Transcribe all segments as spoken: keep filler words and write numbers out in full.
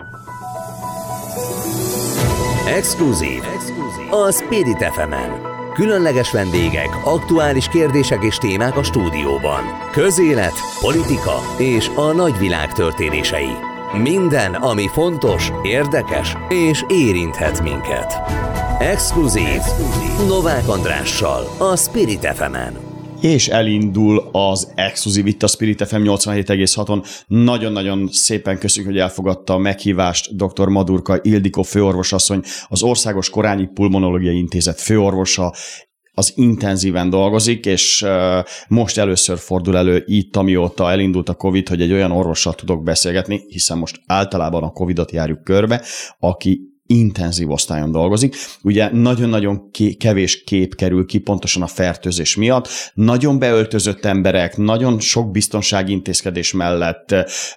Exkluzív a Spirit ef emen. Különleges vendégek, aktuális kérdések és témák a stúdióban. Közélet, politika és a nagyvilág történései. Minden, ami fontos, érdekes és érinthet minket. Exkluzív Novák Andrással a Spirit ef emen. És elindul az Exkluzív itt a Spirit ef em nyolcvanhét egész haton. Nagyon-nagyon szépen köszönjük, hogy elfogadta a meghívást dr. Madurka Ildikó főorvosasszony, az Országos Korányi Pulmonológiai Intézet főorvosa, az intenzíven dolgozik, és most először fordul elő itt, amióta elindult a Covid, hogy egy olyan orvossal tudok beszélgetni, hiszen most általában a Covidot járjuk körbe, aki intenzív osztályon dolgozik. Ugye nagyon-nagyon kevés kép kerül ki pontosan a fertőzés miatt. Nagyon beöltözött emberek, nagyon sok biztonsági intézkedés mellett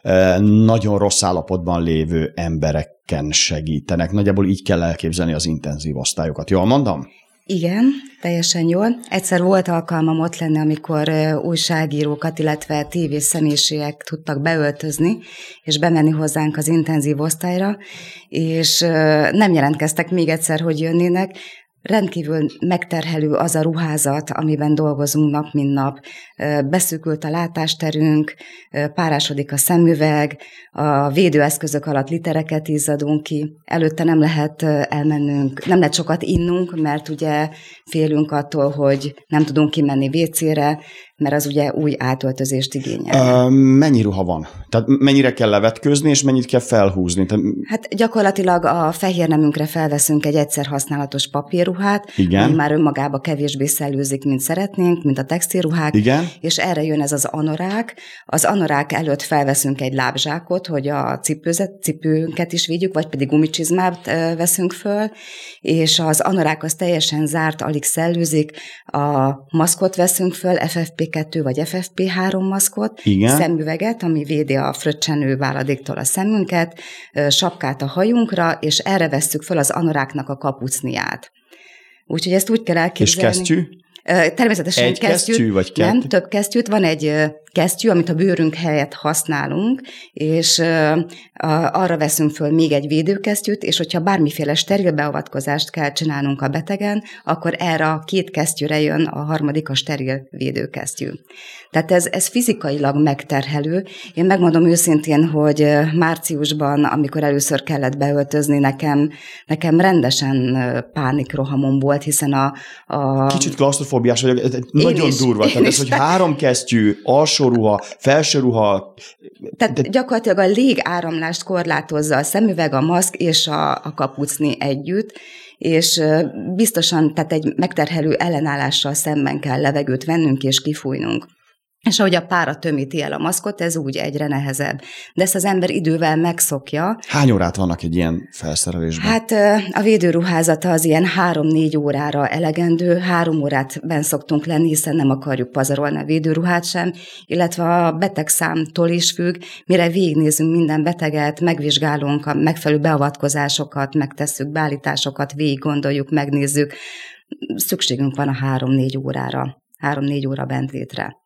nagyon rossz állapotban lévő embereken segítenek. Nagyjából így kell elképzelni az intenzív osztályokat. Jól mondom? Igen, teljesen jól. Egyszer volt alkalmam ott lenni, amikor újságírókat, illetve tévés személyiségek tudtak beöltözni, és bemenni hozzánk az intenzív osztályra, és nem jelentkeztek még egyszer, hogy jönnének. Rendkívül megterhelő az a ruházat, amiben dolgozunk nap, mint nap. Beszűkült a látásterünk, párásodik a szemüveg, a védőeszközök alatt litereket izzadunk ki. Előtte nem lehet elmennünk, nem lehet sokat innunk, mert ugye félünk attól, hogy nem tudunk kimenni vécére, mert az ugye új átöltözést igényel. Uh, mennyi ruha van? Tehát mennyire kell levetkőzni, és mennyit kell felhúzni? Tehát... Hát gyakorlatilag a fehér nemünkre felveszünk egy egyszer használatos papírruhát, Igen. ami már önmagába kevésbé szellőzik, mint szeretnénk, mint a textilruhák. Igen. És erre jön ez az anorák. Az anorák előtt felveszünk egy lábzsákot, hogy a cipőzet, cipőnket is vigyük, vagy pedig gumicsizmát veszünk föl, és az anorák az teljesen zárt, alig szellőzik. A maszkot veszünk föl, ef ef pé kettő vagy ef ef pé három maszkot, Igen. szemüveget, ami védi a fröccsenő váladéktól a szemünket, sapkát a hajunkra, és erre vesszük föl az anoráknak a kapucniát. Úgyhogy ezt úgy kell elképzelni. És kesztyű? Természetesen egy kesztyűt, kesztyű, vagy kettő? Nem, több kesztyűt. Van egy kesztyű, amit a bőrünk helyett használunk, és arra veszünk föl még egy védőkesztyűt, és hogyha bármiféle steril beavatkozást kell csinálnunk a betegen, akkor erre a két kesztyűre jön a harmadik, a steril védőkesztyű. Tehát ez, ez fizikailag megterhelő. Én megmondom őszintén, hogy márciusban, amikor először kellett beöltözni, nekem, nekem rendesen pánikrohamom volt, hiszen a... a Kicsit klausztrofóbiás vagyok, ez nagyon is, durva. Tehát ez, hogy három kesztyű, alsó ruha, felső ruha... Tehát de... gyakorlatilag a légáramlást korlátozza a szemüveg, a maszk és a, a kapucni együtt, és biztosan tehát egy megterhelő ellenállással szemben kell levegőt vennünk és kifújnunk. És ahogy a pára tömíti el a maszkot, ez úgy egyre nehezebb. De ezt az ember idővel megszokja. Hány órát vannak egy ilyen felszerelésben? Hát a védőruházata az ilyen három-négy órára elegendő, három órát benn szoktunk lenni, hiszen nem akarjuk pazarolni a védőruhát sem, illetve a betegszámtól is függ, mire végignézünk minden beteget, megvizsgálunk a megfelelő beavatkozásokat, megtesszük beállításokat, végig gondoljuk, megnézzük. Szükségünk van a három-négy órára, három-négy óra bentlétre.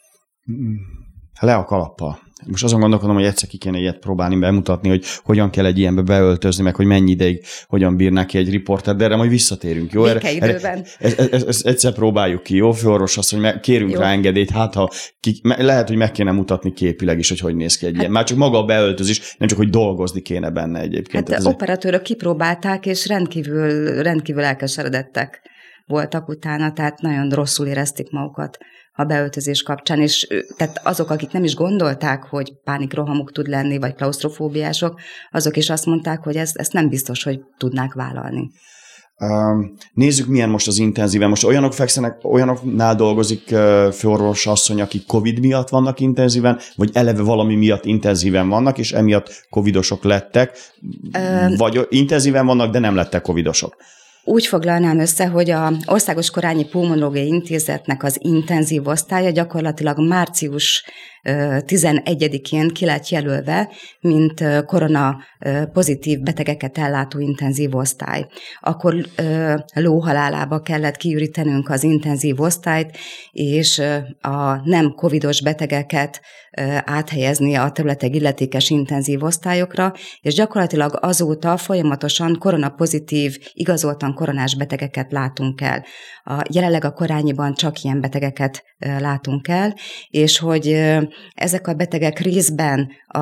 Le a kalappal. Most azon gondolkodom, hogy egyszer ki kéne ilyet próbálni bemutatni, hogy hogyan kell egy ilyenbe beöltözni, meg hogy mennyi ideig hogyan bírná ki egy riporter, de erre majd visszatérünk, jó? Békeidőben. Ezt ez, ez, ez egyszer próbáljuk ki, jó? Főorvos azt, hogy kérünk jó. rá engedélyt, hát ha ki, lehet, hogy meg kéne mutatni képileg is, hogy hogy néz ki egy hát, ilyen. Már csak maga a beöltözés, nem csak, hogy dolgozni kéne benne egyébként. Hát operatőrök kipróbálták, és rendkívül, rendkívül elkeseredettek voltak utána, tehát nagyon rosszul érezték magukat a beöltözés kapcsán, és tehát azok, akik nem is gondolták, hogy pánikrohamuk tud lenni, vagy klausztrofóbiások, azok is azt mondták, hogy ezt, ezt nem biztos, hogy tudnák vállalni. Nézzük, milyen most az intenzíven. Most olyanok fekszenek, olyanoknál dolgozik főorvos asszony, akik Covid miatt vannak intenzíven, vagy eleve valami miatt intenzíven vannak, és emiatt covidosok lettek, Ö... vagy intenzíven vannak, de nem lettek covidosok. Úgy foglalnám össze, hogy az Országos Korányi Pulmonológiai Intézetnek az intenzív osztálya gyakorlatilag március tizenegyedikén ki lett jelölve, mint korona pozitív betegeket ellátó intenzív osztály. Akkor lóhalálába kellett kiürítenünk az intenzív osztályt, és a nem covidos betegeket áthelyezni a területek illetékes intenzív osztályokra, és gyakorlatilag azóta folyamatosan koronapozitív, igazoltan koronás betegeket látunk el. A, jelenleg a Korányiban csak ilyen betegeket látunk el, és hogy ezek a betegek részben a,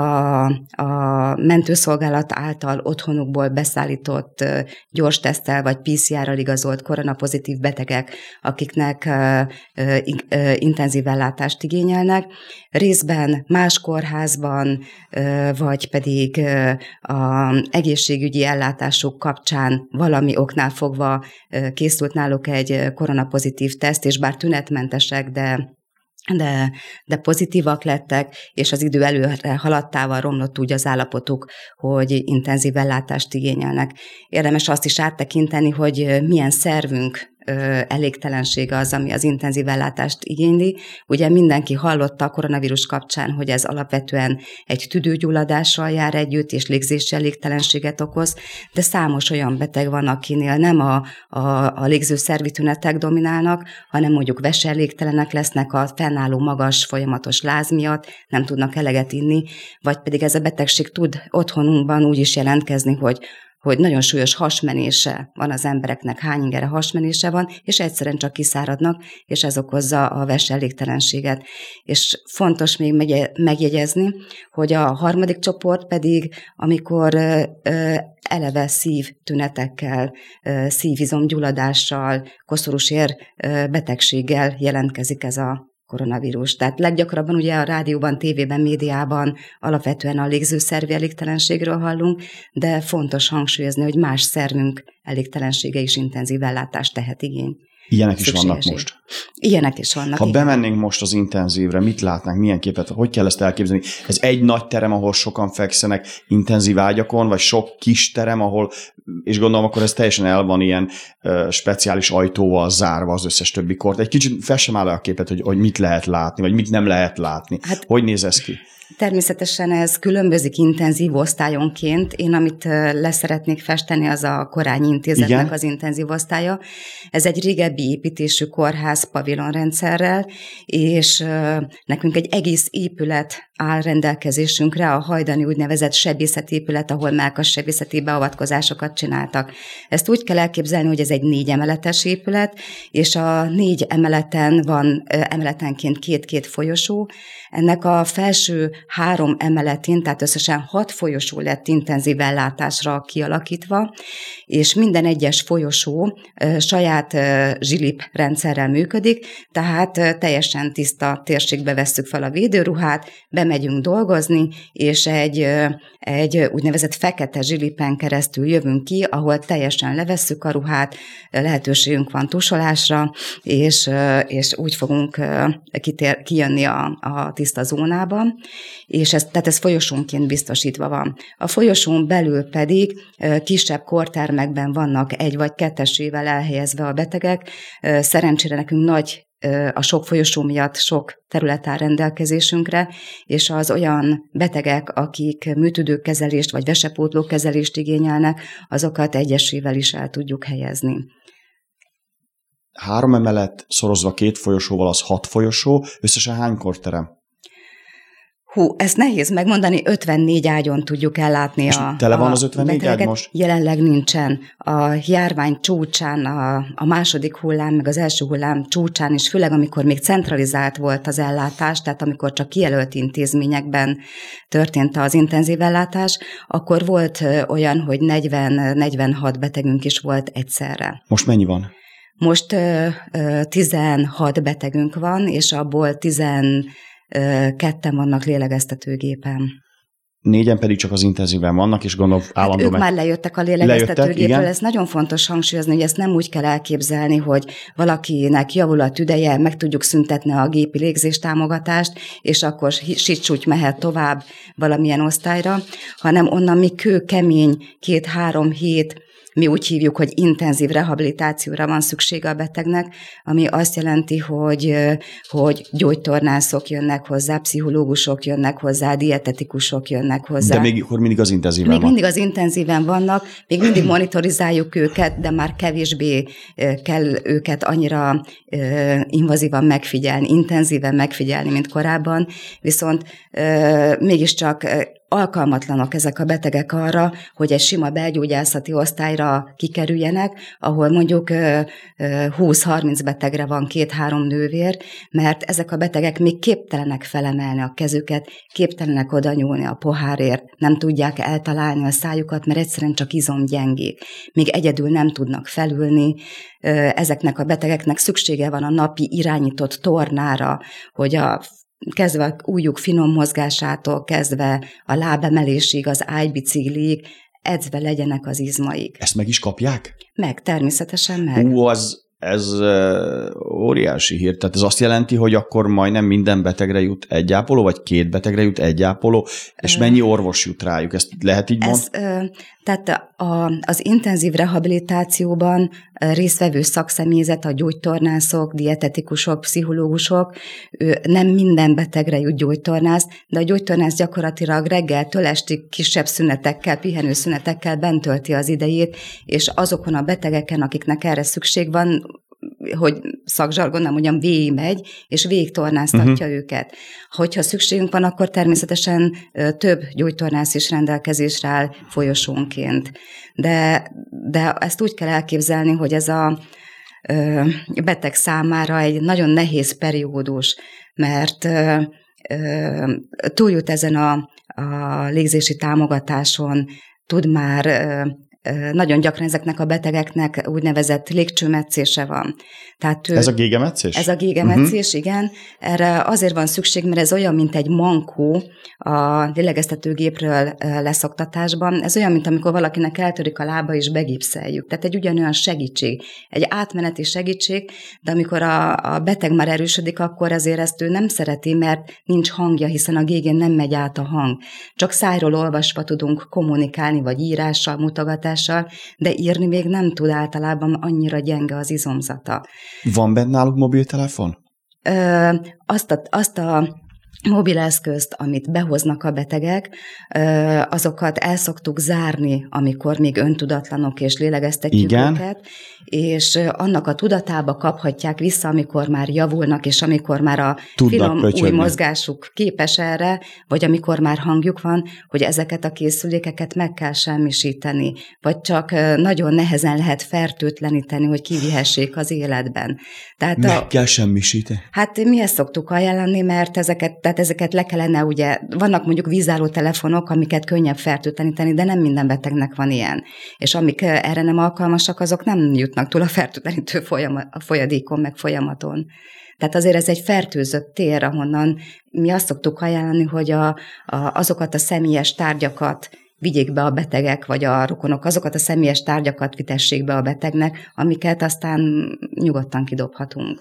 a mentőszolgálat által otthonukból beszállított gyors teszttel vagy pé cé er-rel igazolt koronapozitív betegek, akiknek intenzív ellátást igényelnek, részben más kórházban, vagy pedig az egészségügyi ellátásuk kapcsán valami oknál fogva készült náluk egy koronapozitív teszt, és bár tünetmentesek, de De, de pozitívak lettek, és az idő előre haladtával romlott úgy az állapotuk, hogy intenzív ellátást igényelnek. Érdemes azt is áttekinteni, hogy milyen szervünk elégtelensége az, ami az intenzív ellátást igényli. Ugye mindenki hallotta a koronavírus kapcsán, hogy ez alapvetően egy tüdőgyulladással jár együtt, és légzési elégtelenséget okoz, de számos olyan beteg van, akinél nem a, a, a légzőszervi tünetek dominálnak, hanem mondjuk veselégtelenek lesznek a fennálló magas folyamatos láz miatt, nem tudnak eleget inni, vagy pedig ez a betegség tud otthonunkban úgy is jelentkezni, hogy hogy nagyon súlyos hasmenése van az embereknek, hány ingere hasmenése van, és egyszerűen csak kiszáradnak, és ez okozza a veselégtelenséget. És fontos még megjegyezni, hogy a harmadik csoport pedig, amikor eleve szívtünetekkel, szívizomgyulladással, koszorúsér betegséggel jelentkezik ez a koronavírus. Tehát leggyakrabban ugye a rádióban, tévében, médiában alapvetően a légzőszervi elégtelenségről hallunk, de fontos hangsúlyozni, hogy más szervünk elégtelensége is intenzív ellátást tehet igény. Ilyenek is vannak most. Ilyenek is vannak. Ha igen. bemennénk most az intenzívre, mit látnánk, milyen képet, hogy kell ezt elképzelni? Ez egy nagy terem, ahol sokan fekszenek intenzív ágyakon, vagy sok kis terem, ahol, és gondolom, akkor ez teljesen el van ilyen uh, speciális ajtóval zárva az összes többi kort. Egy kicsit fel sem áll a képet, hogy, hogy mit lehet látni, vagy mit nem lehet látni. Hát, hogy néz ez ki? Természetesen ez különbözik intenzív osztályonként. Én amit leszeretnék festeni, az a Korányi Intézetnek Igen? az intenzív osztálya. Ez egy régebbi építésű kórház pavilonrendszerrel, és nekünk egy egész épület áll rendelkezésünkre, a hajdani úgynevezett sebészetépület, ahol mellkassebészeti beavatkozásokat csináltak. Ezt úgy kell elképzelni, hogy ez egy négy emeletes épület, és a négy emeleten van emeletenként két-két folyosó. Ennek a felső három emeletén, tehát összesen hat folyosó lett intenzív ellátásra kialakítva, és minden egyes folyosó saját zsilip rendszerrel működik, tehát teljesen tiszta térségbe vesszük fel a védőruhát, bemegyünk dolgozni, és egy, egy úgynevezett fekete zsilipen keresztül jövünk ki, ahol teljesen levesszük a ruhát, lehetőségünk van tusolásra, és, és úgy fogunk kitér, kijönni a, a tiszta zónában, és ez, tehát ez folyosónként biztosítva van. A folyosón belül pedig kisebb kortermekben vannak egy vagy kettesével elhelyezve a betegek. Szerencsére nekünk nagy a sok folyosó miatt sok terület áll rendelkezésünkre, és az olyan betegek, akik műtüdőkezelést vagy vesepótlókezelést igényelnek, azokat egyesével is el tudjuk helyezni. Három emelet szorozva két folyosóval, az hat folyosó, összesen hány korterem? Hú, ezt nehéz megmondani, ötvennégy ágyon tudjuk ellátni és a tele van az ötvennégy ágy most? Jelenleg nincsen. A járvány csúcsán, a, a második hullám, meg az első hullám csúcsán is, főleg amikor még centralizált volt az ellátás, tehát amikor csak kijelölt intézményekben történt az intenzív ellátás, akkor volt olyan, hogy negyven-negyvenhat betegünk is volt egyszerre. Most mennyi van? Most ö, ö, tizenhat betegünk van, és abból tizenketten vannak lélegeztetőgépen. négyen pedig csak az intenzíven vannak, és gondolom állandó... Hát ők meg... már lejöttek a lélegeztetőgépről, ez nagyon fontos hangsúlyozni, hogy ezt nem úgy kell elképzelni, hogy valakinek javul a tüdeje, meg tudjuk szüntetni a gépi légzéstámogatást, és akkor sicsúgy mehet tovább valamilyen osztályra, hanem onnan mi kőkemény, két-három hét, mi úgy hívjuk, hogy intenzív rehabilitációra van szüksége a betegnek, ami azt jelenti, hogy, hogy gyógytornászok jönnek hozzá, pszichológusok jönnek hozzá, dietetikusok jönnek hozzá. De még akkor mindig az intenzíven Még van. mindig az intenzíven vannak, még mindig monitorizáljuk őket, de már kevésbé kell őket annyira invazívan megfigyelni, intenzíven megfigyelni, mint korábban, viszont mégiscsak alkalmatlanok ezek a betegek arra, hogy egy sima belgyógyászati osztályra kikerüljenek, ahol mondjuk húsz-harminc betegre van két-három nővér, mert ezek a betegek még képtelenek felemelni a kezüket, képtelenek oda nyúlni a pohárért, nem tudják eltalálni a szájukat, mert egyszerűen csak izomgyengék. Még egyedül nem tudnak felülni, ezeknek a betegeknek szüksége van a napi irányított tornára, hogy a kezdve a ujjuk finom mozgásától, kezdve a lábemelésig, az ágybiciklig, edzve legyenek az izmaik. Ezt meg is kapják? Meg, természetesen meg. Ú, az, ez óriási hír. Tehát ez azt jelenti, hogy akkor majdnem minden betegre jut egy ápoló, vagy két betegre jut egy ápoló, és mennyi orvos jut rájuk? Ezt lehet így mondani? Tehát a, az intenzív rehabilitációban résztvevő szakszemélyzet, a gyógytornászok, dietetikusok, pszichológusok, nem minden betegre jut gyógytornász, de a gyógytornász gyakorlatilag reggeltől estig kisebb szünetekkel, pihenő szünetekkel bent tölti az idejét, és azokon a betegeken, akiknek erre szükség van, hogy szakzsargonnal mondjam, végigmegy, és végigtornáztatja uh-huh. őket. Hogyha szükségünk van, akkor természetesen több gyógytornász is rendelkezésre áll folyosónként. De, de ezt úgy kell elképzelni, hogy ez a beteg számára egy nagyon nehéz periódus, mert túljut ezen a, a légzési támogatáson, tud már nagyon gyakran ezeknek a betegeknek úgynevezett légcsőmetszése van. Tehát ő, ez a gégemetszés? Ez a gégemetszés, uh-huh. igen. Erre azért van szükség, mert ez olyan, mint egy mankó a lélegeztetőgépről leszoktatásban. Ez olyan, mint amikor valakinek eltörik a lába, és begipszeljük. Tehát egy ugyanolyan segítség, egy átmeneti segítség, de amikor a, a beteg már erősödik, akkor azért ezt ő nem szereti, mert nincs hangja, hiszen a gégén nem megy át a hang. Csak szájról olvasva tudunk kommunikálni, vagy írással, mutogatással, de írni még nem tud általában, annyira gyenge az izomzata. Van benne náluk mobiltelefon? Ö, azt a, azt a mobileszközt, amit behoznak a betegek, azokat el szoktuk zárni, amikor még öntudatlanok és lélegeztetjük Igen. őket, és annak a tudatába kaphatják vissza, amikor már javulnak, és amikor már a Tudnak finom pöcsögni. Új mozgásuk képes erre, vagy amikor már hangjuk van, hogy ezeket a készülékeket meg kell semmisíteni, vagy csak nagyon nehezen lehet fertőtleníteni, hogy kivihessék az életben. Tehát meg a, kell semmisíteni? Hát mi ezt szoktuk ajánlani, mert ezeket, tehát ezeket le kellene, ugye, vannak mondjuk vízálló telefonok, amiket könnyebb fertőtleníteni, de nem minden betegnek van ilyen. És amik erre nem alkalmasak, azok nem jutnak túl a fertőtlenítő folyamat, a folyadékon, meg folyamaton. Tehát azért ez egy fertőzött tér, ahonnan mi azt szoktuk ajánlani, hogy a, a, azokat a személyes tárgyakat vigyék be a betegek, vagy a rokonok, azokat a személyes tárgyakat vitessék be a betegnek, amiket aztán nyugodtan kidobhatunk.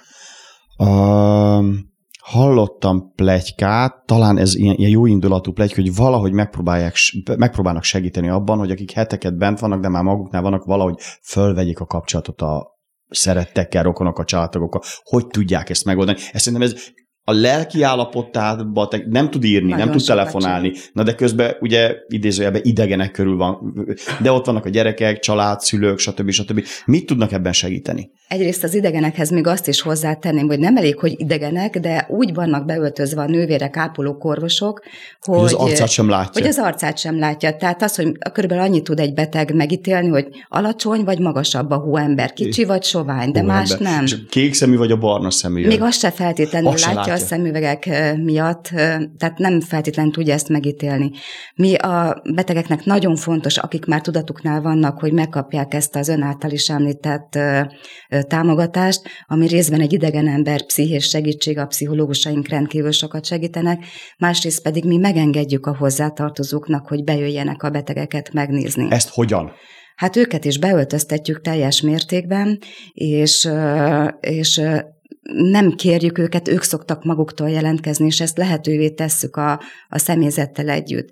Um... Hallottam pletykát, talán ez ilyen, ilyen jó indulatú pletyka, hogy valahogy megpróbálják, megpróbálnak segíteni abban, hogy akik heteket bent vannak, de már maguknál vannak, valahogy fölvegyék a kapcsolatot a szerettekkel, rokonokkal, családtagokkal. Hogy tudják ezt megoldani? Ezt szerintem ez a lelki állapotában nem tud írni, Nagyon nem tud telefonálni, na de közben ugye idézőjelben idegenek körül van, de ott vannak a gyerekek, család, szülők, stb. stb. Mit tudnak ebben segíteni? Egyrészt az idegenekhez még azt is hozzátenném, hogy nem elég, hogy idegenek, de úgy vannak beöltözve a nővérek, ápolók, orvosok, hogy, hogy az arcát sem látja. Hogy az arcát sem látja. Tehát az, hogy körülbelül annyit tud egy beteg megítélni, hogy alacsony vagy magasabb a hóember, kicsi vagy sovány, de hú, más ember. Nem. És kék szemű vagy a barna szemű. Még azt se feltétlenül azt látja, a szemüvegek miatt, tehát nem feltétlenül tudja ezt megítélni. Mi a betegeknek nagyon fontos, akik már tudatuknál vannak, hogy megkapják ezt az ön által is említett támogatást, ami részben egy idegen ember pszichés segítség, a pszichológusaink rendkívül sokat segítenek, másrészt pedig mi megengedjük a hozzátartozóknak, hogy bejöjjenek a betegeket megnézni. Ezt hogyan? Hát őket is beöltöztetjük teljes mértékben, és, és nem kérjük őket, ők szoktak maguktól jelentkezni, és ezt lehetővé tesszük a, a személyzettel együtt.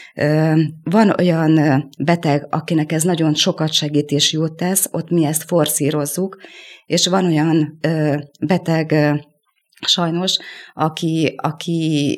Van olyan beteg, akinek ez nagyon sokat segít és jót tesz, ott mi ezt forszírozzuk, és van olyan beteg, sajnos, aki, aki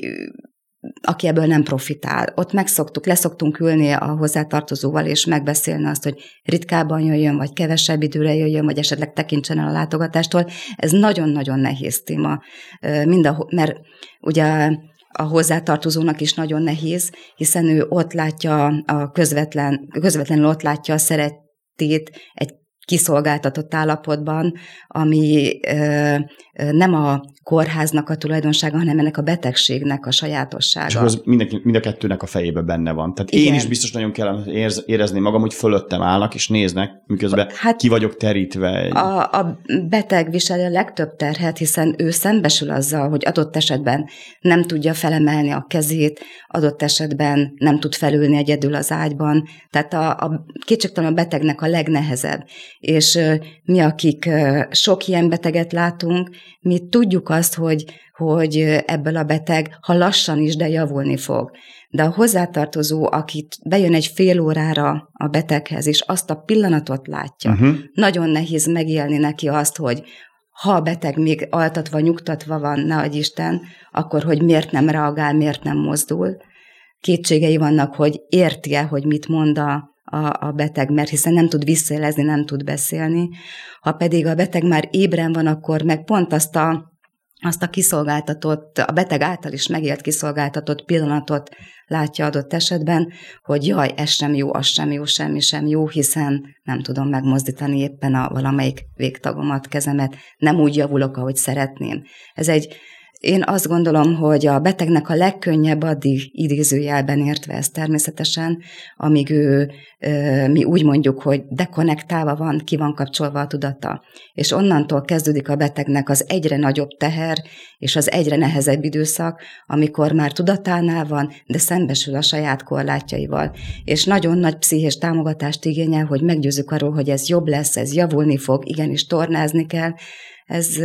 aki ebből nem profitál. Ott megszoktuk, leszoktunk ülni a hozzátartozóval, és megbeszélni azt, hogy ritkábban jöjjön, vagy kevesebb időre jöjjön, vagy esetleg tekintsen el a látogatástól. Ez nagyon-nagyon nehéz téma, mind a, mert ugye a hozzátartozónak is nagyon nehéz, hiszen ő ott látja a közvetlen, közvetlenül ott látja a szerettét egy kiszolgáltatott állapotban, ami ö, ö, nem a kórháznak a tulajdonsága, hanem ennek a betegségnek a sajátossága. És az mindenki, mind a kettőnek a fejében benne van. Tehát igen. Én is biztos nagyon kell érz, érezni magam, hogy fölöttem állnak és néznek, miközben hát ki vagyok terítve. A, a beteg viseli a legtöbb terhet, hiszen ő szembesül azzal, hogy adott esetben nem tudja felemelni a kezét, adott esetben nem tud felülni egyedül az ágyban. Tehát a, a kétségtelen a betegnek a legnehezebb. És mi, akik sok ilyen beteget látunk, mi tudjuk azt, hogy, hogy ebből a beteg, ha lassan is, de javulni fog. De a hozzátartozó, akit bejön egy fél órára a beteghez, és azt a pillanatot látja, uh-huh. nagyon nehéz megélni neki azt, hogy ha a beteg még altatva, nyugtatva van, ne adj Isten, akkor hogy miért nem reagál, miért nem mozdul. Kétségei vannak, hogy érti-e, hogy mit mond a A, a beteg, mert hiszen nem tud visszajelezni, nem tud beszélni. Ha pedig a beteg már ébren van, akkor meg pont azt a, azt a kiszolgáltatott, a beteg által is megélt kiszolgáltatott pillanatot látja adott esetben, hogy jaj, ez sem jó, az sem jó, semmi sem jó, hiszen nem tudom megmozdítani éppen a valamelyik végtagomat, kezemet, nem úgy javulok, ahogy szeretném. Ez egy Én azt gondolom, hogy a betegnek a legkönnyebb addig idézőjelben értve ezt természetesen, amíg ő, mi úgy mondjuk, hogy dekonnektálva van, ki van kapcsolva a tudata. És onnantól kezdődik a betegnek az egyre nagyobb teher, és az egyre nehezebb időszak, amikor már tudatánál van, de szembesül a saját korlátjaival. És nagyon nagy pszichés támogatást igényel, hogy meggyőzzük arról, hogy ez jobb lesz, ez javulni fog, igenis tornázni kell. Ez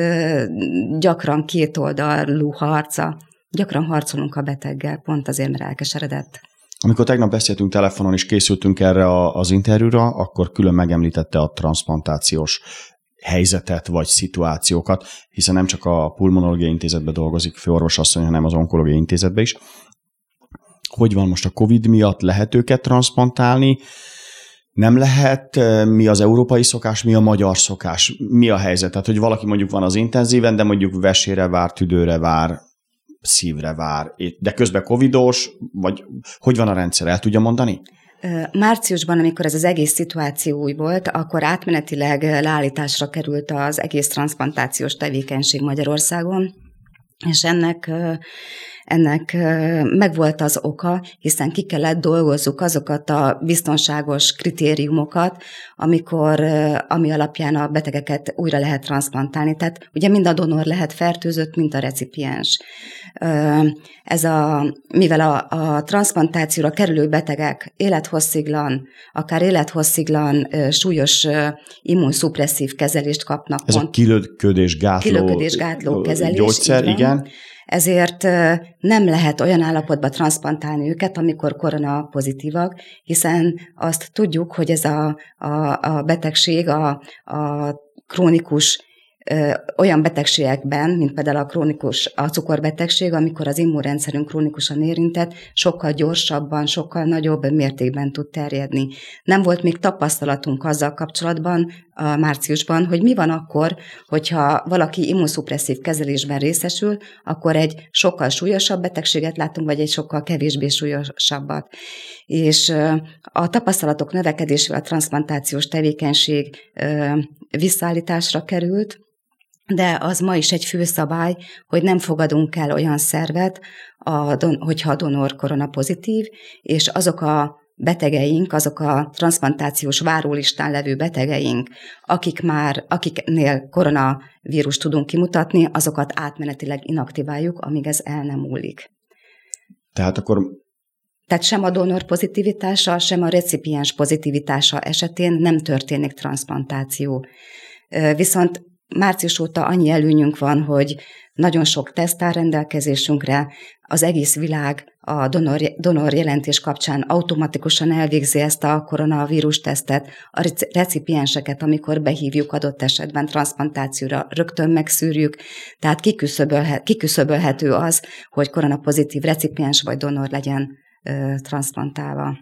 gyakran kétoldalú harca. Gyakran harcolunk a beteggel, pont azért, mert elkeseredett. Amikor tegnap beszéltünk telefonon és készültünk erre az interjúra, akkor külön megemlítette a transzplantációs helyzetet vagy szituációkat, hiszen nem csak a Pulmonológiai Intézetben dolgozik főorvosasszony, hanem az Onkológiai Intézetben is. Hogy van most a Covid miatt? Lehet őket transzplantálni? Nem lehet, mi az európai szokás, mi a magyar szokás, mi a helyzet? Tehát, hogy valaki mondjuk van az intenzíven, de mondjuk vesére vár, tüdőre vár, szívre vár, de közben covidos, vagy hogy van a rendszer, el tudja mondani? Márciusban, amikor ez az egész szituáció új volt, akkor átmenetileg leállításra került az egész transzplantációs tevékenység Magyarországon, és ennek... Ennek megvolt az oka, hiszen ki kellett dolgozzuk azokat a biztonságos kritériumokat, amikor, ami alapján a betegeket újra lehet transzplantálni. Tehát ugye mind a donor lehet fertőzött, mint a recipiens. Ez a, mivel a, a transzplantációra kerülő betegek élethossziglan, akár élethossziglan súlyos immunszupresszív kezelést kapnak. Ez pont, a kilöködésgátló, kilöködésgátló kezelés. Gyógyszer, igen. Ezért nem lehet olyan állapotba transzplantálni őket, amikor korona pozitívak, hiszen azt tudjuk, hogy ez a, a, a betegség, a, a krónikus ö, olyan betegségekben, mint például a krónikus, a cukorbetegség, amikor az immunrendszerünk krónikusan érintett, sokkal gyorsabban, sokkal nagyobb mértékben tud terjedni. Nem volt még tapasztalatunk azzal kapcsolatban a márciusban, hogy mi van akkor, hogyha valaki immunszupresszív kezelésben részesül, akkor egy sokkal súlyosabb betegséget látunk, vagy egy sokkal kevésbé súlyosabbat. És a tapasztalatok növekedésével a transzplantációs tevékenység visszaállításra került, de az ma is egy főszabály, hogy nem fogadunk el olyan szervet, a don- hogyha a donor koronapozitív, és azok a betegeink, azok a transzplantációs várólistán levő betegeink, akik már, akiknél koronavírus tudunk kimutatni, azokat átmenetileg inaktiváljuk, amíg ez el nem múlik. Tehát akkor... Tehát sem a donor pozitivitása, sem a recipiens pozitivitása esetén nem történik transzplantáció. Viszont március óta annyi előnyünk van, hogy nagyon sok teszt áll rendelkezésünkre, az egész világ a donor, donor jelentés kapcsán automatikusan elvégzi ezt a koronavírus tesztet, a recipienseket, amikor behívjuk adott esetben transzplantációra, rögtön megszűrjük, tehát kiküszöbölhet, kiküszöbölhető az, hogy koronapozitív recipiens vagy donor legyen ö, transzplantálva.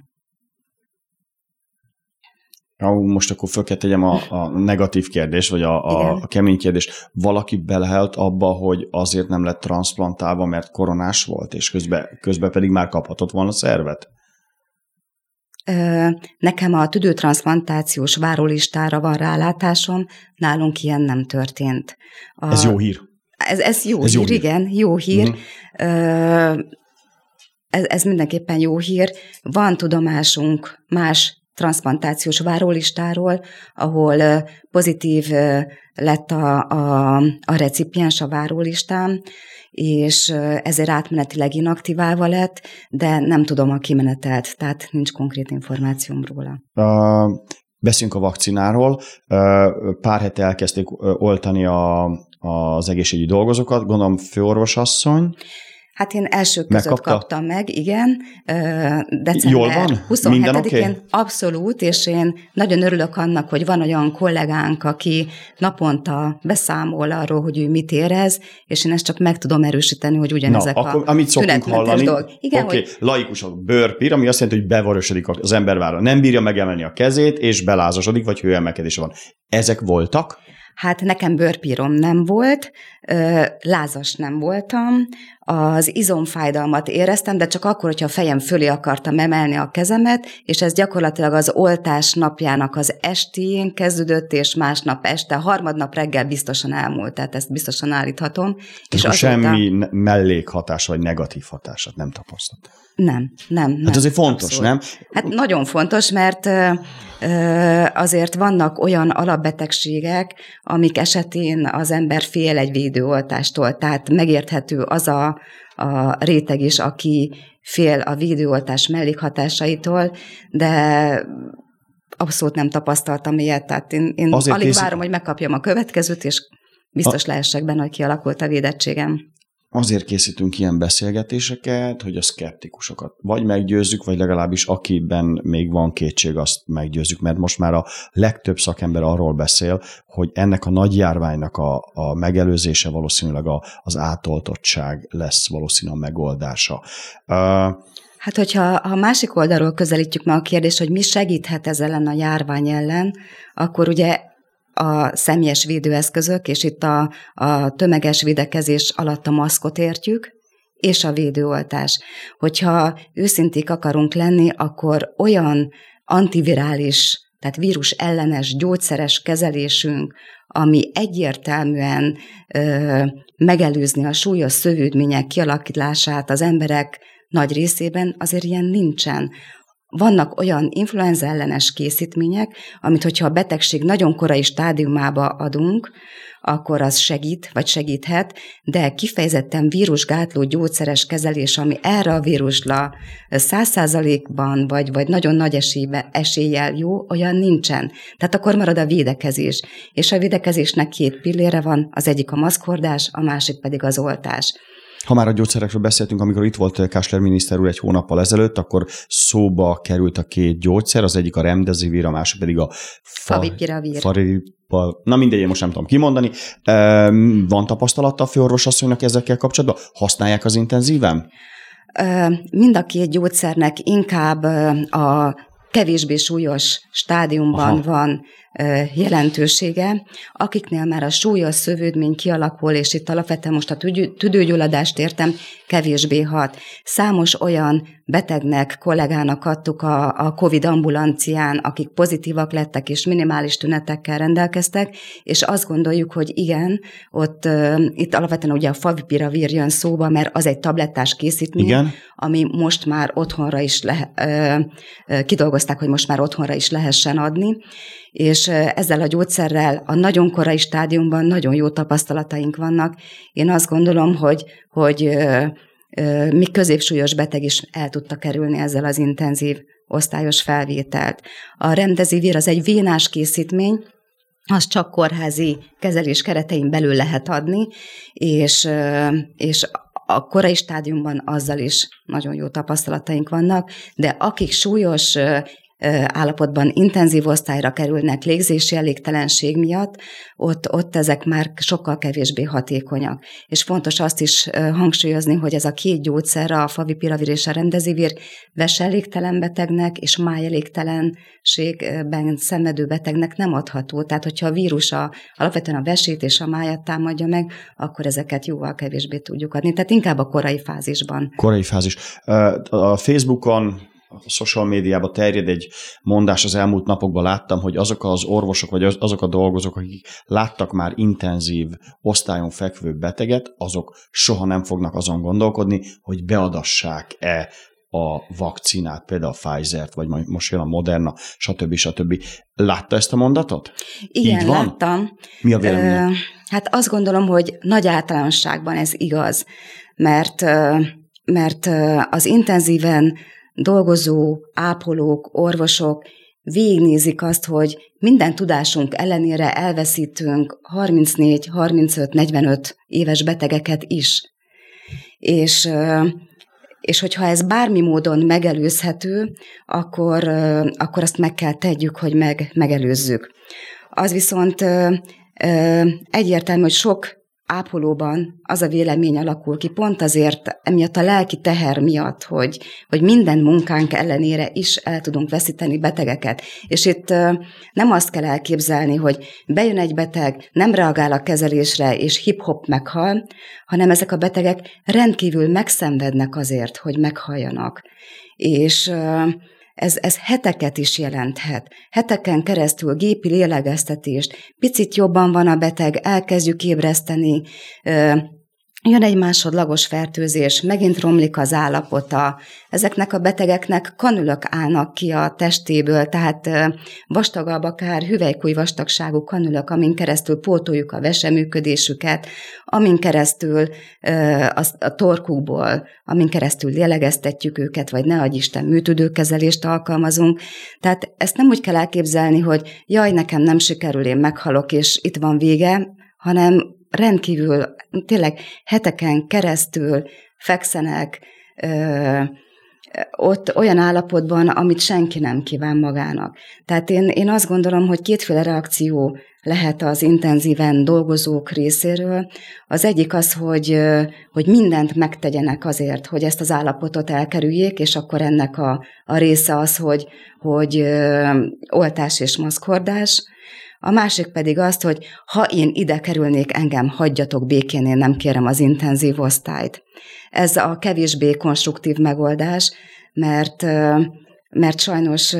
Most akkor föl kell tegyem a, a negatív kérdés, vagy a, a, a kemény kérdés. Valaki belehelt abba, hogy azért nem lett transzplantálva, mert koronás volt, és közben, közben pedig már kaphatott volna szervet? Nekem a tüdőtranszplantációs várólistára van rálátásom, nálunk ilyen nem történt. A, ez jó hír. Ez, ez, jó, ez hír, jó hír, igen, jó hír. Uh-huh. Ez, ez mindenképpen jó hír. Van tudomásunk más transzplantációs várólistáról, ahol pozitív lett a, a, a recipiens a várólistán, és ezért átmenetileg inaktiválva lett, de nem tudom a kimenetelt, tehát nincs konkrét információm róla. Uh, beszéljünk a vakcináról. Uh, pár hete elkezdték oltani a, az egészségügyi dolgozókat, gondolom főorvosasszony. Hát én első között Megkapta? kaptam meg, igen, december Jól van? huszonhetedikén, okay? Abszolút, és én nagyon örülök annak, hogy van olyan kollégánk, aki naponta beszámol arról, hogy ő mit érez, és én ezt csak meg tudom erősíteni, hogy ugyanezek Na, a akkor, amit szoktunk hallani, dolgok. Igen, okay, hogy... laikusok, bőrpír, ami azt jelenti, hogy bevarosodik az embervára. Nem bírja megemelni a kezét, és belázasodik, vagy hőemelkedése van. Ezek voltak? Hát nekem bőrpírom nem volt, lázas nem voltam, az izomfájdalmat éreztem, de csak akkor, hogyha a fejem fölé akartam emelni a kezemet, és ez gyakorlatilag az oltás napjának az estijén kezdődött, és másnap este, harmadnap reggel biztosan elmúlt, tehát ezt biztosan állíthatom. És azóta... semmi mellékhatás vagy negatív hatását nem tapasztalt. Nem, nem. nem hát azért fontos, abszolút. Nem? Hát nagyon fontos, mert ö, ö, azért vannak olyan alapbetegségek, amik esetén az ember fél egy védőoltástól, tehát megérthető az a, a réteg is, aki fél a védőoltás mellékhatásaitól, de abszolút nem tapasztaltam ilyet, tehát én, én alig készít... várom, hogy megkapjam a következőt, és biztos a... lehessek benne, hogy kialakult a védettségem. Azért készítünk ilyen beszélgetéseket, hogy a szkeptikusokat vagy meggyőzzük, vagy legalábbis akiben még van kétség, azt meggyőzzük, mert most már a legtöbb szakember arról beszél, hogy ennek a nagy járványnak a, a megelőzése valószínűleg a, az átoltottság lesz valószínűleg a megoldása. Uh, Hát, hogyha a másik oldalról közelítjük meg a kérdést, hogy mi segíthet ez ellen a járvány ellen, akkor ugye a személyes védőeszközök, és itt a, a tömeges védekezés alatt a maszkot értjük, és a védőoltás. Hogyha őszinték akarunk lenni, akkor olyan antivirális, tehát vírus ellenes gyógyszeres kezelésünk, ami egyértelműen ö, megelőzni a súlyos szövődmények kialakítását az emberek nagy részében, azért ilyen nincsen. Vannak olyan influenza ellenes készítmények, amit hogyha a betegség nagyon korai stádiumába adunk, akkor az segít, vagy segíthet, de kifejezetten vírusgátló gyógyszeres kezelés, ami erre a vírusra száz százalékban, vagy, vagy nagyon nagy esélybe, eséllyel jó, olyan nincsen. Tehát akkor marad a védekezés. És a védekezésnek két pillére van, az egyik a maszkhordás, a másik pedig az oltás. Ha már a gyógyszerekről beszéltünk, amikor itt volt Kásler miniszter úr egy hónappal ezelőtt, akkor szóba került a két gyógyszer, az egyik a remdesivir, a másik pedig a favipiravir. Fa, na mindegy, én most nem tudom kimondani. Van tapasztalata a főorvosasszonynak ezekkel kapcsolatban? Használják az intenzíven? Mind a két gyógyszernek inkább a kevésbé súlyos stádiumban Aha. van jelentősége, akiknél már a súlyos szövődmény kialakul, és itt alapvetően most a tüdőgyulladást értem, kevésbé hat. Számos olyan betegnek, kollégának adtuk a, a Covid ambulancián, akik pozitívak lettek és minimális tünetekkel rendelkeztek, és azt gondoljuk, hogy igen, ott uh, itt alapvetően ugye a favipiravir jön szóba, mert az egy tablettás készítmény, igen. ami most már otthonra is le, uh, uh, kidolgozták, hogy most már otthonra is lehessen adni, és ezzel a gyógyszerrel a nagyon korai stádiumban nagyon jó tapasztalataink vannak. Én azt gondolom, hogy, hogy még középsúlyos beteg is el tudta kerülni ezzel az intenzív osztályos felvételt. A remdesivir az egy vénás készítmény, az csak kórházi kezelés keretein belül lehet adni, és, és a korai stádiumban azzal is nagyon jó tapasztalataink vannak, de akik súlyos állapotban intenzív osztályra kerülnek légzési elégtelenség miatt, ott, ott ezek már sokkal kevésbé hatékonyak. És fontos azt is hangsúlyozni, hogy ez a két gyógyszer, a favipiravir és a remdesivir veselégtelen betegnek és májelégtelenségben szenvedő betegnek nem adható. Tehát, hogyha a vírus a, alapvetően a vesét és a májat támadja meg, akkor ezeket jóval kevésbé tudjuk adni. Tehát inkább a korai fázisban. Korai fázis. A Facebookon, a social médiában terjed egy mondás, az elmúlt napokban láttam, hogy azok az orvosok, vagy azok a dolgozók, akik láttak már intenzív osztályon fekvő beteget, azok soha nem fognak azon gondolkodni, hogy beadassák-e a vakcinát, például a Pfizer-t, vagy most jön a Moderna, stb. stb. Látta ezt a mondatot? Igen, láttam. Mi a véleményed? Hát azt gondolom, hogy nagy általánosságban ez igaz, mert, mert az intenzíven dolgozó ápolók, orvosok végignézik azt, hogy minden tudásunk ellenére elveszítünk harmincnégy, harmincöt, negyvenöt éves betegeket is. És, és hogyha ez bármi módon megelőzhető, akkor, akkor azt meg kell tegyük, hogy meg, megelőzzük. Az viszont egyértelmű, hogy sok ápolóban az a vélemény alakul ki, pont azért, emiatt a lelki teher miatt, hogy, hogy minden munkánk ellenére is el tudunk veszíteni betegeket. És itt nem azt kell elképzelni, hogy bejön egy beteg, nem reagál a kezelésre, és hip-hop meghal, hanem ezek a betegek rendkívül megszenvednek azért, hogy meghalljanak. És Ez, ez heteket is jelenthet. Heteken keresztül gépi lélegeztetést, picit jobban van a beteg, elkezdjük ébreszteni, jön egy másodlagos fertőzés, megint romlik az állapota. Ezeknek a betegeknek kanülök állnak ki a testéből, tehát vastagabb, akár hüvelykúj vastagságú kanülök, amin keresztül pótoljuk a veseműködésüket, amin keresztül a torkukból, amin keresztül lélegeztetjük őket, vagy ne adj Isten, műtüdőkezelést alkalmazunk. Tehát ezt nem úgy kell elképzelni, hogy jaj, nekem nem sikerül, én meghalok, és itt van vége, hanem rendkívül, tényleg heteken keresztül fekszenek ö, ott olyan állapotban, amit senki nem kíván magának. Tehát én, én azt gondolom, hogy kétféle reakció lehet az intenzíven dolgozók részéről. Az egyik az, hogy, hogy mindent megtegyenek azért, hogy ezt az állapotot elkerüljék, és akkor ennek a, a része az, hogy, hogy oltás és maszkhordás. A másik pedig azt, hogy ha én ide kerülnék, engem hagyjatok békén, én nem kérem az intenzív osztályt. Ez a kevésbé konstruktív megoldás, mert, mert sajnos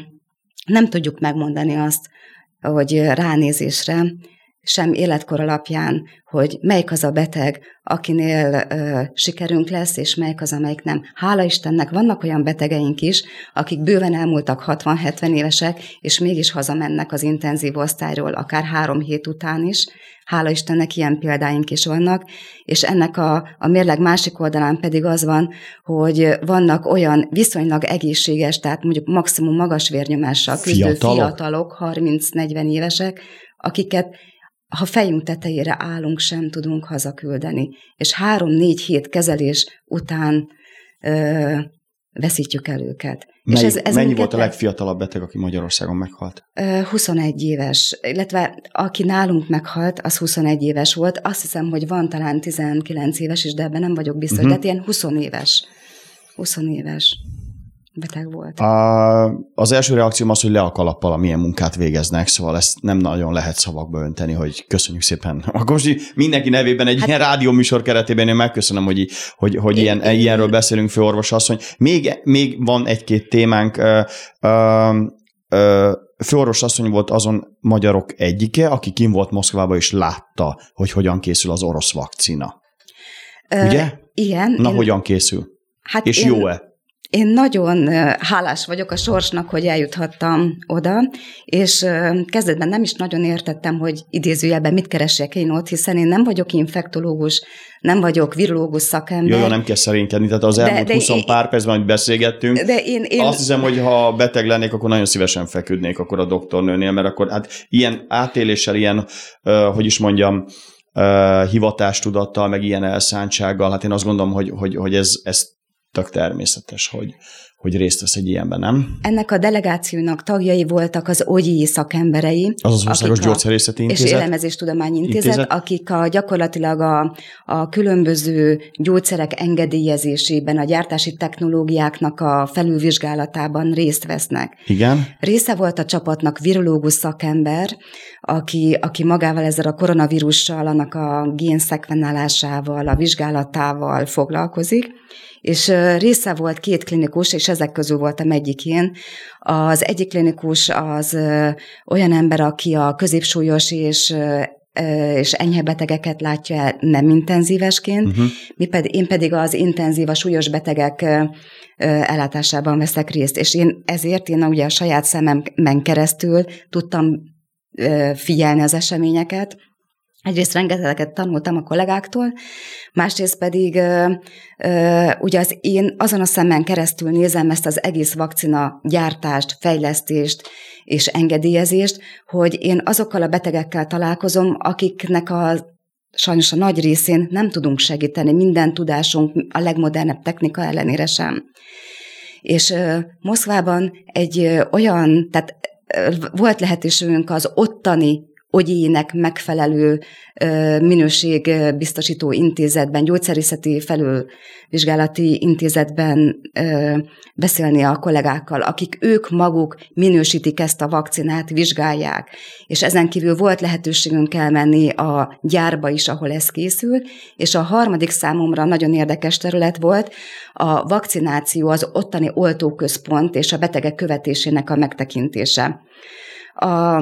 nem tudjuk megmondani azt, hogy ránézésre, sem életkor alapján, hogy melyik az a beteg, akinél ö, sikerünk lesz, és melyik az, amelyik nem. Hála Istennek vannak olyan betegeink is, akik bőven elmúltak hatvan-hetven évesek, és mégis hazamennek az intenzív osztályról, akár három hét után is. Hála Istennek ilyen példáink is vannak, és ennek a, a mérleg másik oldalán pedig az van, hogy vannak olyan viszonylag egészséges, tehát mondjuk maximum magas vérnyomással küzdő fiatalok, fiatalok harminc-negyven évesek, akiket ha fejünk tetejére állunk, sem tudunk hazaküldeni. És három-négy hét kezelés után ö, veszítjük el őket. Mely, és ez, ez mennyi volt a legfiatalabb beteg, aki Magyarországon meghalt? Ö, huszonegy éves, illetve aki nálunk meghalt, az huszonegy éves volt. Azt hiszem, hogy van talán tizenkilenc éves is, de ebben nem vagyok biztos. Uh-huh. Tehát ilyen húsz éves. húsz éves. beteg volt. A, az első reakcióm az, hogy le a kalappal, amilyen munkát végeznek, szóval ezt nem nagyon lehet szavakba önteni, hogy köszönjük szépen. Akkor most mindenki nevében egy hát, ilyen rádióműsor keretében én megköszönöm, hogy, hogy, hogy én, ilyen, én, ilyenről beszélünk, főorvosasszony. Még, még van egy-két témánk. Ö, ö, ö, főorvosasszony volt azon magyarok egyike, aki kim volt Moszkvában és látta, hogy hogyan készül az orosz vakcina. Ö, Ugye? Igen. Na, én, hogyan készül? Hát és én, jó-e? Én nagyon hálás vagyok a sorsnak, hogy eljuthattam oda, és kezdetben nem is nagyon értettem, hogy idézőjelben mit keresek én ott, hiszen én nem vagyok infektológus, nem vagyok virológus szakember. Jó, nem kell szerénykedni, tehát az elmúlt húsz pár percben, hogy beszélgettünk, de én, én... azt hiszem, hogy ha beteg lennék, akkor nagyon szívesen feküdnék akkor a doktornőnél, mert akkor hát ilyen átéléssel, ilyen, hogy is mondjam, hivatástudattal, meg ilyen elszántsággal, hát én azt gondolom, hogy, hogy, hogy ez, ez tök természetes, hogy, hogy részt vesz egy ilyenben, nem? Ennek a delegációnak tagjai voltak az ogyi szakemberei. Az az Országos Gyógyszerészeti Intézet. És Élelmezéstudományi Intézet, Intézet, akik a, gyakorlatilag a, a különböző gyógyszerek engedélyezésében, a gyártási technológiáknak a felülvizsgálatában részt vesznek. Igen. Része volt a csapatnak virológus szakember, aki, aki magával ezzel a koronavírussal, annak a génszekvenálásával, a vizsgálatával foglalkozik, és része volt két klinikus, és ezek közül voltam egyikén. Az egyik klinikus az olyan ember, aki a középsúlyos és, és enyhe betegeket látja el nem intenzívesként, uh-huh. Mi pedig, én pedig az intenzív, a súlyos betegek ellátásában veszek részt, és én ezért én ugye a saját szememben keresztül tudtam figyelni az eseményeket. Egyrészt rengeteget tanultam a kollégáktól, másrészt pedig ö, ö, ugye az én azon a szemen keresztül nézem ezt az egész vakcina gyártást, fejlesztést és engedélyezést, hogy én azokkal a betegekkel találkozom, akiknek a sajnos a nagy részén nem tudunk segíteni, minden tudásunk a legmodernebb technika ellenére sem. És ö, Moszkvában egy ö, olyan, tehát ö, volt lehetőségünk az ottani ogyének megfelelő minőségbiztosító intézetben, gyógyszerészeti felülvizsgálati intézetben beszélni a kollégákkal, akik ők maguk minősítik ezt a vakcinát, vizsgálják. És ezen kívül volt lehetőségünk elmenni a gyárba is, ahol ez készül, és a harmadik számomra nagyon érdekes terület volt a vakcináció, az ottani oltóközpont és a betegek követésének a megtekintése. A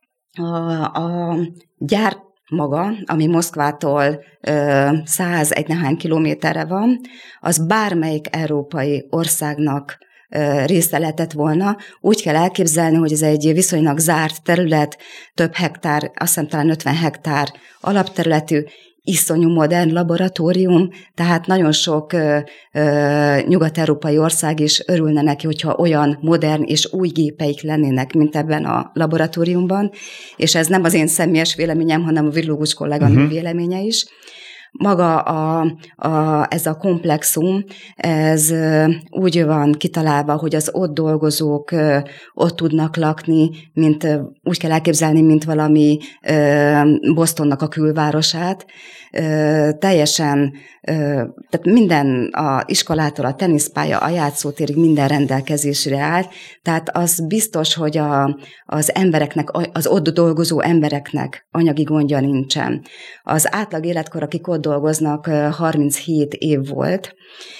A, a gyár maga, ami Moszkvától százegy nehány kilométerre van, az bármelyik európai országnak ö, része lehetett volna. Úgy kell elképzelni, hogy ez egy viszonylag zárt terület, több hektár, azt hiszem talán ötven hektár alapterületű, iszonyú modern laboratórium, tehát nagyon sok ö, ö, nyugat-európai ország is örülne neki, hogyha olyan modern és új gépeik lennének, mint ebben a laboratóriumban, és ez nem az én személyes véleményem, hanem a virológus kolléganő uh-huh. véleménye is. Maga a, a, ez a komplexum, ez úgy van kitalálva, hogy az ott dolgozók ott tudnak lakni, mint, úgy kell elképzelni, mint valami Bostonnak a külvárosát. Teljesen, tehát minden a iskolától a teniszpálya, a játszótérig minden rendelkezésre áll, tehát az biztos, hogy a, az embereknek, az ott dolgozó embereknek anyagi gondja nincsen. Az átlag életkor, akik ott dolgoznak, harminchét év volt,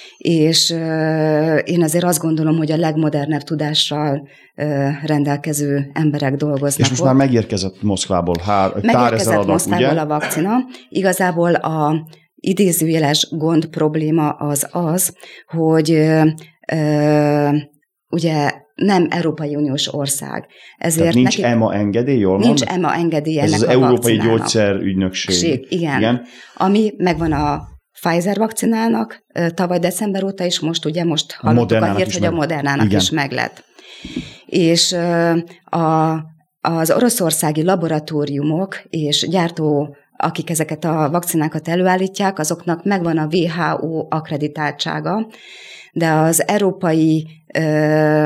és én azért azt gondolom, hogy a legmodernebb tudással rendelkező emberek dolgoznak. És most ott. Már megérkezett Moszkvából hár, pár ezer adag, Moszkvából ugye? A vakcina. Igazából a idézőjeles gond probléma az az, hogy ö, ugye nem Európai Uniós ország. Ezért Tehát nincs neki, E M A engedély, jól Nincs mond? E M A engedély ennek Ez az a Európai vakcinának. Gyógyszerügynökség. Igen. igen. Ami megvan a Pfizer vakcinának tavaly december óta is, most ugye most hallottuk a hírt, hogy meg. a Modernának igen. is meglett. És a, az oroszországi laboratóriumok és gyártó, akik ezeket a vakcinákat előállítják, azoknak megvan a W H O akkreditáltsága, de az európai ö,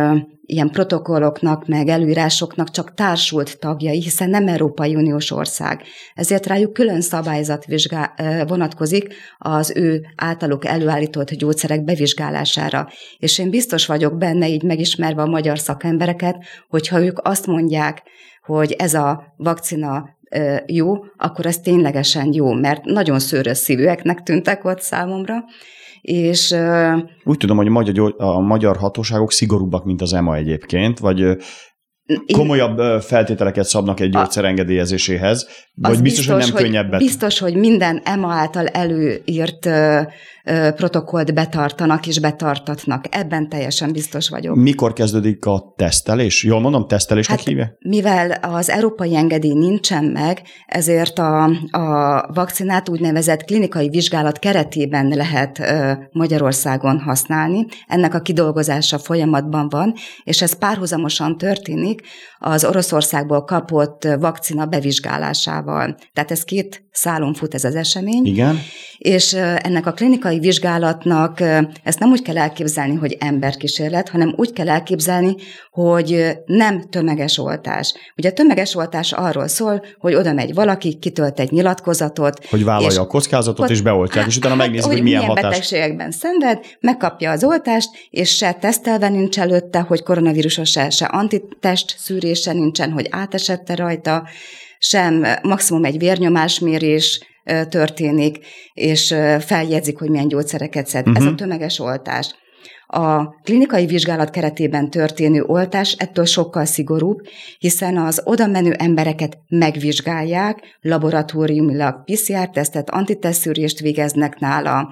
ilyen protokolloknak, meg előírásoknak csak társult tagjai, hiszen nem Európai Uniós ország. Ezért rájuk külön szabályzat vizsgál, vonatkozik az ő általuk előállított gyógyszerek bevizsgálására. És én biztos vagyok benne, így megismerve a magyar szakembereket, hogyha ők azt mondják, hogy ez a vakcina jó, akkor ez ténylegesen jó, mert nagyon szőrös szívűeknek tűntek ott számomra. És, úgy tudom, hogy a magyar, a magyar hatóságok szigorúbbak, mint az é e em á egyébként, vagy komolyabb feltételeket szabnak egy gyógyszer engedélyezéséhez, vagy biztos, biztos, hogy nem hogy könnyebbet? Biztos, hogy minden é e em á által előírt protokollt betartanak és betartatnak. Ebben teljesen biztos vagyok. Mikor kezdődik a tesztelés? Jól mondom, tesztelésnek hát, hívja? Mivel az európai engedély nincsen meg, ezért a, a vakcinát úgynevezett klinikai vizsgálat keretében lehet Magyarországon használni. Ennek a kidolgozása folyamatban van, és ez párhuzamosan történik az Oroszországból kapott vakcina bevizsgálásával. Tehát ez két szálon fut ez az esemény. Igen. És ennek a klinikai vizsgálatnak ezt nem úgy kell elképzelni, hogy emberkísérlet, hanem úgy kell elképzelni, hogy nem tömeges oltás. Ugye a tömeges oltás arról szól, hogy oda megy valaki, kitölt egy nyilatkozatot. Hogy vállalja a kockázatot, és beoltják, és utána megnézik, hogy, hogy milyen hatás. Milyen betegségekben szenved, megkapja az oltást, és se tesztelve nincs előtte, hogy koronavírusos se, se antitest szűrése nincsen, hogy átesette rajta, sem maximum egy vérnyomásmérés történik, és feljegyzik, hogy milyen gyógyszereket szed. Uh-huh. Ez a tömeges oltás. A klinikai vizsgálat keretében történő oltás ettől sokkal szigorúbb, hiszen az oda menő embereket megvizsgálják, laboratóriumilag pé cé er-tesztet, antitesztszűrést végeznek nála,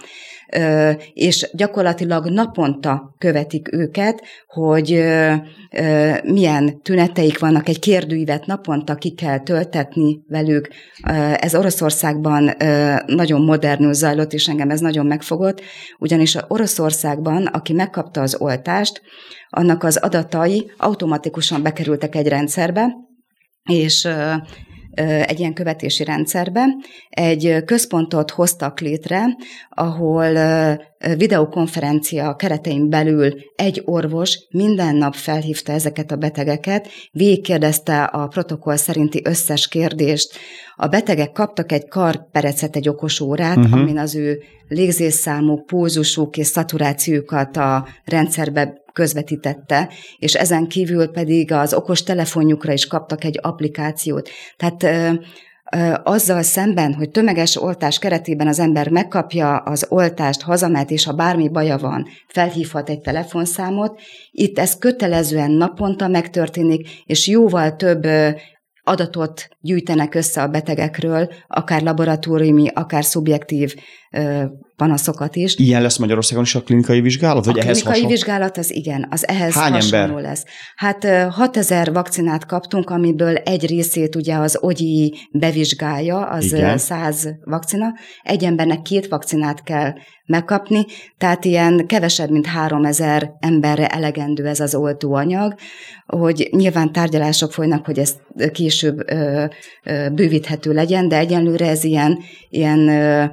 és gyakorlatilag naponta követik őket, hogy milyen tüneteik vannak, egy kérdőívet naponta ki kell töltetni velük. Ez Oroszországban nagyon modernül zajlott, és engem ez nagyon megfogott, ugyanis Oroszországban, aki megkapta az oltást, annak az adatai automatikusan bekerültek egy rendszerbe, és egy ilyen követési rendszerbe, egy központot hoztak létre, ahol videokonferencia keretein belül egy orvos minden nap felhívta ezeket a betegeket, végigkérdezte a protokoll szerinti összes kérdést. A betegek kaptak egy karperecet, egy okos órát, uh-huh. amin az ő légzésszámuk, pulzusuk és szaturációjukat a rendszerbe közvetítette, és ezen kívül pedig az okos telefonjukra is kaptak egy applikációt. Tehát ö, ö, azzal szemben, hogy tömeges oltás keretében az ember megkapja az oltást, hazamehet, és ha bármi baja van, felhívhat egy telefonszámot, itt ez kötelezően naponta megtörténik, és jóval több ö, adatot gyűjtenek össze a betegekről, akár laboratóriumi, akár szubjektív ö, panaszokat is. Ilyen lesz Magyarországon is a klinikai vizsgálat? Vagy a ehhez klinikai hasonló? vizsgálat az igen, az ehhez Hány hasonló ember? lesz. Hát hatezer vakcinát kaptunk, amiből egy részét ugye az ogyi bevizsgálja, az igen. száz vakcina. Egy embernek két vakcinát kell megkapni, tehát ilyen kevesebb, mint háromezer emberre elegendő ez az oltóanyag, hogy nyilván tárgyalások folynak, hogy ez később ö, ö, bővíthető legyen, de egyenlőre ez ilyen, ilyen ö,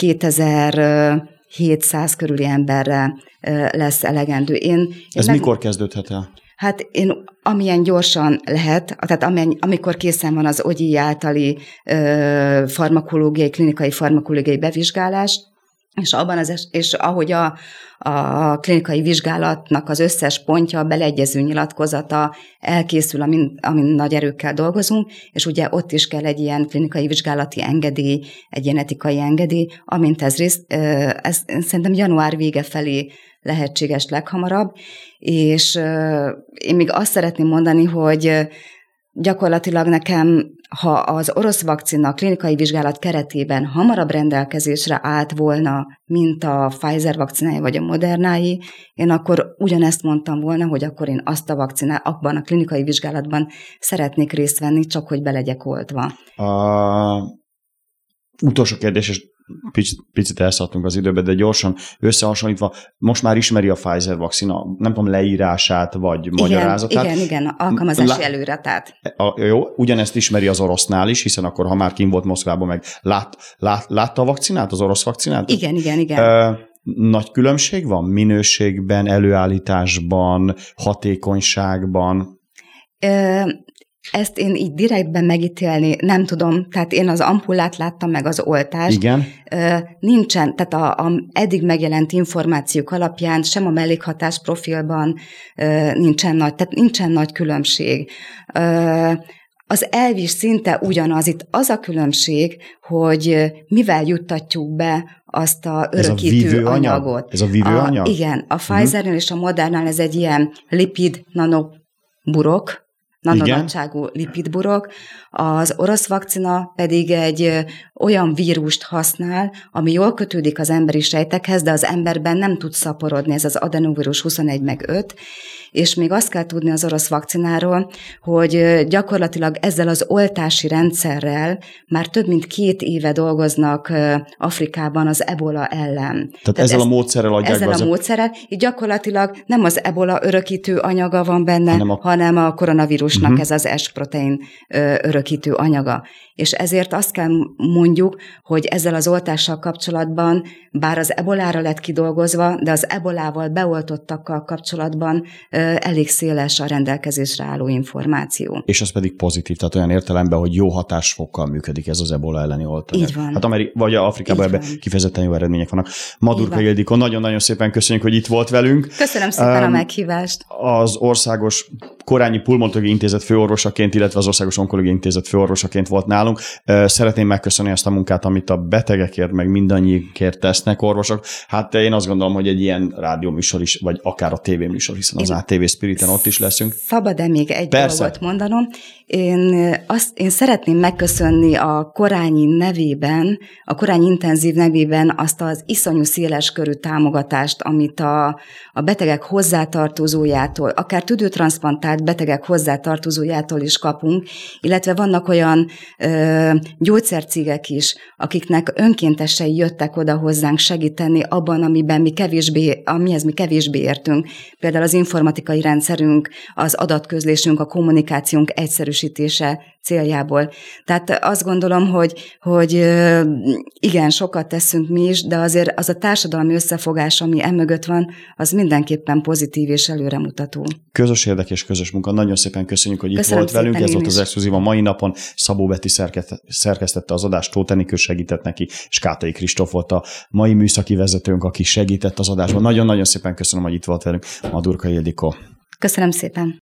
kétezer-hétszáz körüli emberre lesz elegendő. Én, én Ez meg, mikor kezdődhet el? Hát én amilyen gyorsan lehet, tehát amilyen, amikor készen van az ogyi általi ö, farmakológiai, klinikai farmakológiai bevizsgálás, és, abban az es- és ahogy a, a klinikai vizsgálatnak az összes pontja, a beleegyező nyilatkozata elkészül, amin, amin nagy erőkkel dolgozunk, és ugye ott is kell egy ilyen klinikai vizsgálati engedély, egy ilyen etikai engedély, amint ez részt, ez szerintem január vége felé lehetséges leghamarabb, és én még azt szeretném mondani, hogy gyakorlatilag nekem, ha az orosz vakcina klinikai vizsgálat keretében hamarabb rendelkezésre állt volna, mint a Pfizer vakcinája vagy a Modernái, én akkor ugyanezt mondtam volna, hogy akkor én azt a vakcinát, abban a klinikai vizsgálatban szeretnék részt venni, csak hogy be legyek oltva. A... Utolsó kérdés, és picit, picit elszaladtunk az időbe, de gyorsan összehasonlítva, most már ismeri a Pfizer vakcina, nem tudom, leírását, vagy igen, magyarázatát. Igen, igen, alkalmazási Lá... előretát. A, jó, ugyanezt ismeri az orosznál is, hiszen akkor, ha már kim volt Moszkvában, meg lát, lát, látta a vakcinát, az orosz vakcinát? Igen, igen, igen. nagy különbség van minőségben, előállításban, hatékonyságban? Ezt én így direktben megítélni nem tudom, tehát én az ampullát láttam, meg az oltást. Igen. Nincsen, tehát a, a eddig megjelent információk alapján sem a mellékhatás profilban nincsen nagy, tehát nincsen nagy különbség. Az elv is szinte ugyanaz. Itt az a különbség, hogy mivel juttatjuk be azt a örökítő anyagot. Ez a vívőanyag? Igen, a Pfizernél uh-huh. és a Modernál ez egy ilyen lipid nanoburok, nanonagyságú lipidburok, az orosz vakcina pedig egy olyan vírust használ, ami jól kötődik az emberi sejtekhez, de az emberben nem tud szaporodni, ez az adenovírus huszonegy meg öt, és még azt kell tudni az orosz vakcináról, hogy gyakorlatilag ezzel az oltási rendszerrel már több mint két éve dolgoznak Afrikában az ebola ellen. Tehát, Tehát ezzel ezt, a módszerrel adják Ezzel a módszerrel, így gyakorlatilag nem az ebola örökítő anyaga van benne, hanem a, hanem a koronavírusnak uh-huh. ez az S-protein örökítő anyaga. És ezért azt kell mondjuk, hogy ezzel az oltással kapcsolatban, bár az ebolára lett kidolgozva, de az ebolával beoltottakkal kapcsolatban elég széles a rendelkezésre álló információ. És az pedig pozitív, tehát olyan értelemben, hogy jó hatásfokkal működik ez az ebola elleni oltanyag. Így van. Hát Ameri- vagy Afrikában ebben kifejezetten jó eredmények vannak. Madurka Ildikó, nagyon-nagyon szépen köszönjük, hogy itt volt velünk. Köszönöm szépen um, a meghívást. Az Országos Korányi Pulmonológiai Intézet főorvosaként, illetve az Országos Onkológiai Intézet főorvosaként volt nálunk. Szeretném megköszönni ezt a munkát, amit a betegekért, meg mindannyiukért tesznek orvosok. Hát én azt gondolom, hogy egy ilyen rádióműsor is, vagy akár a tévéműsor, hiszen az á té vé Spiriten ott is leszünk. Szabad-e még egy Persze. dolgot mondanom? Én, azt, én szeretném megköszönni a Korányi nevében, a Korányi Intenzív nevében azt az iszonyú széleskörű támogatást, amit a, a betegek hozzátartozójától, akár tüdőtranszplantált betegek hozzátartozójától is kapunk, illetve vannak olyan ö, gyógyszercégek is, akiknek önkéntesen jöttek oda hozzánk segíteni abban, amiben mi kevésbé, amihez mi kevésbé értünk. Például az informatikai rendszerünk, az adatközlésünk, a kommunikációnk egyszerűsítése céljából. Tehát azt gondolom, hogy, hogy igen, sokat teszünk mi is, de azért az a társadalmi összefogás, ami emögött van, az mindenképpen pozitív és előremutató. Közös érdek és közös munka. Nagyon szépen köszönjük, hogy itt volt velünk. Ez volt az Exkluzív a mai napon. Szabó Beti szerkesztette az adást, Tóth Enikő segített neki, és Kátai Kristóf volt a mai műszaki vezetőnk, aki segített az adásban. Nagyon-nagyon szépen köszönöm, hogy itt volt velünk. Madurka Ildikó. Köszönöm szépen.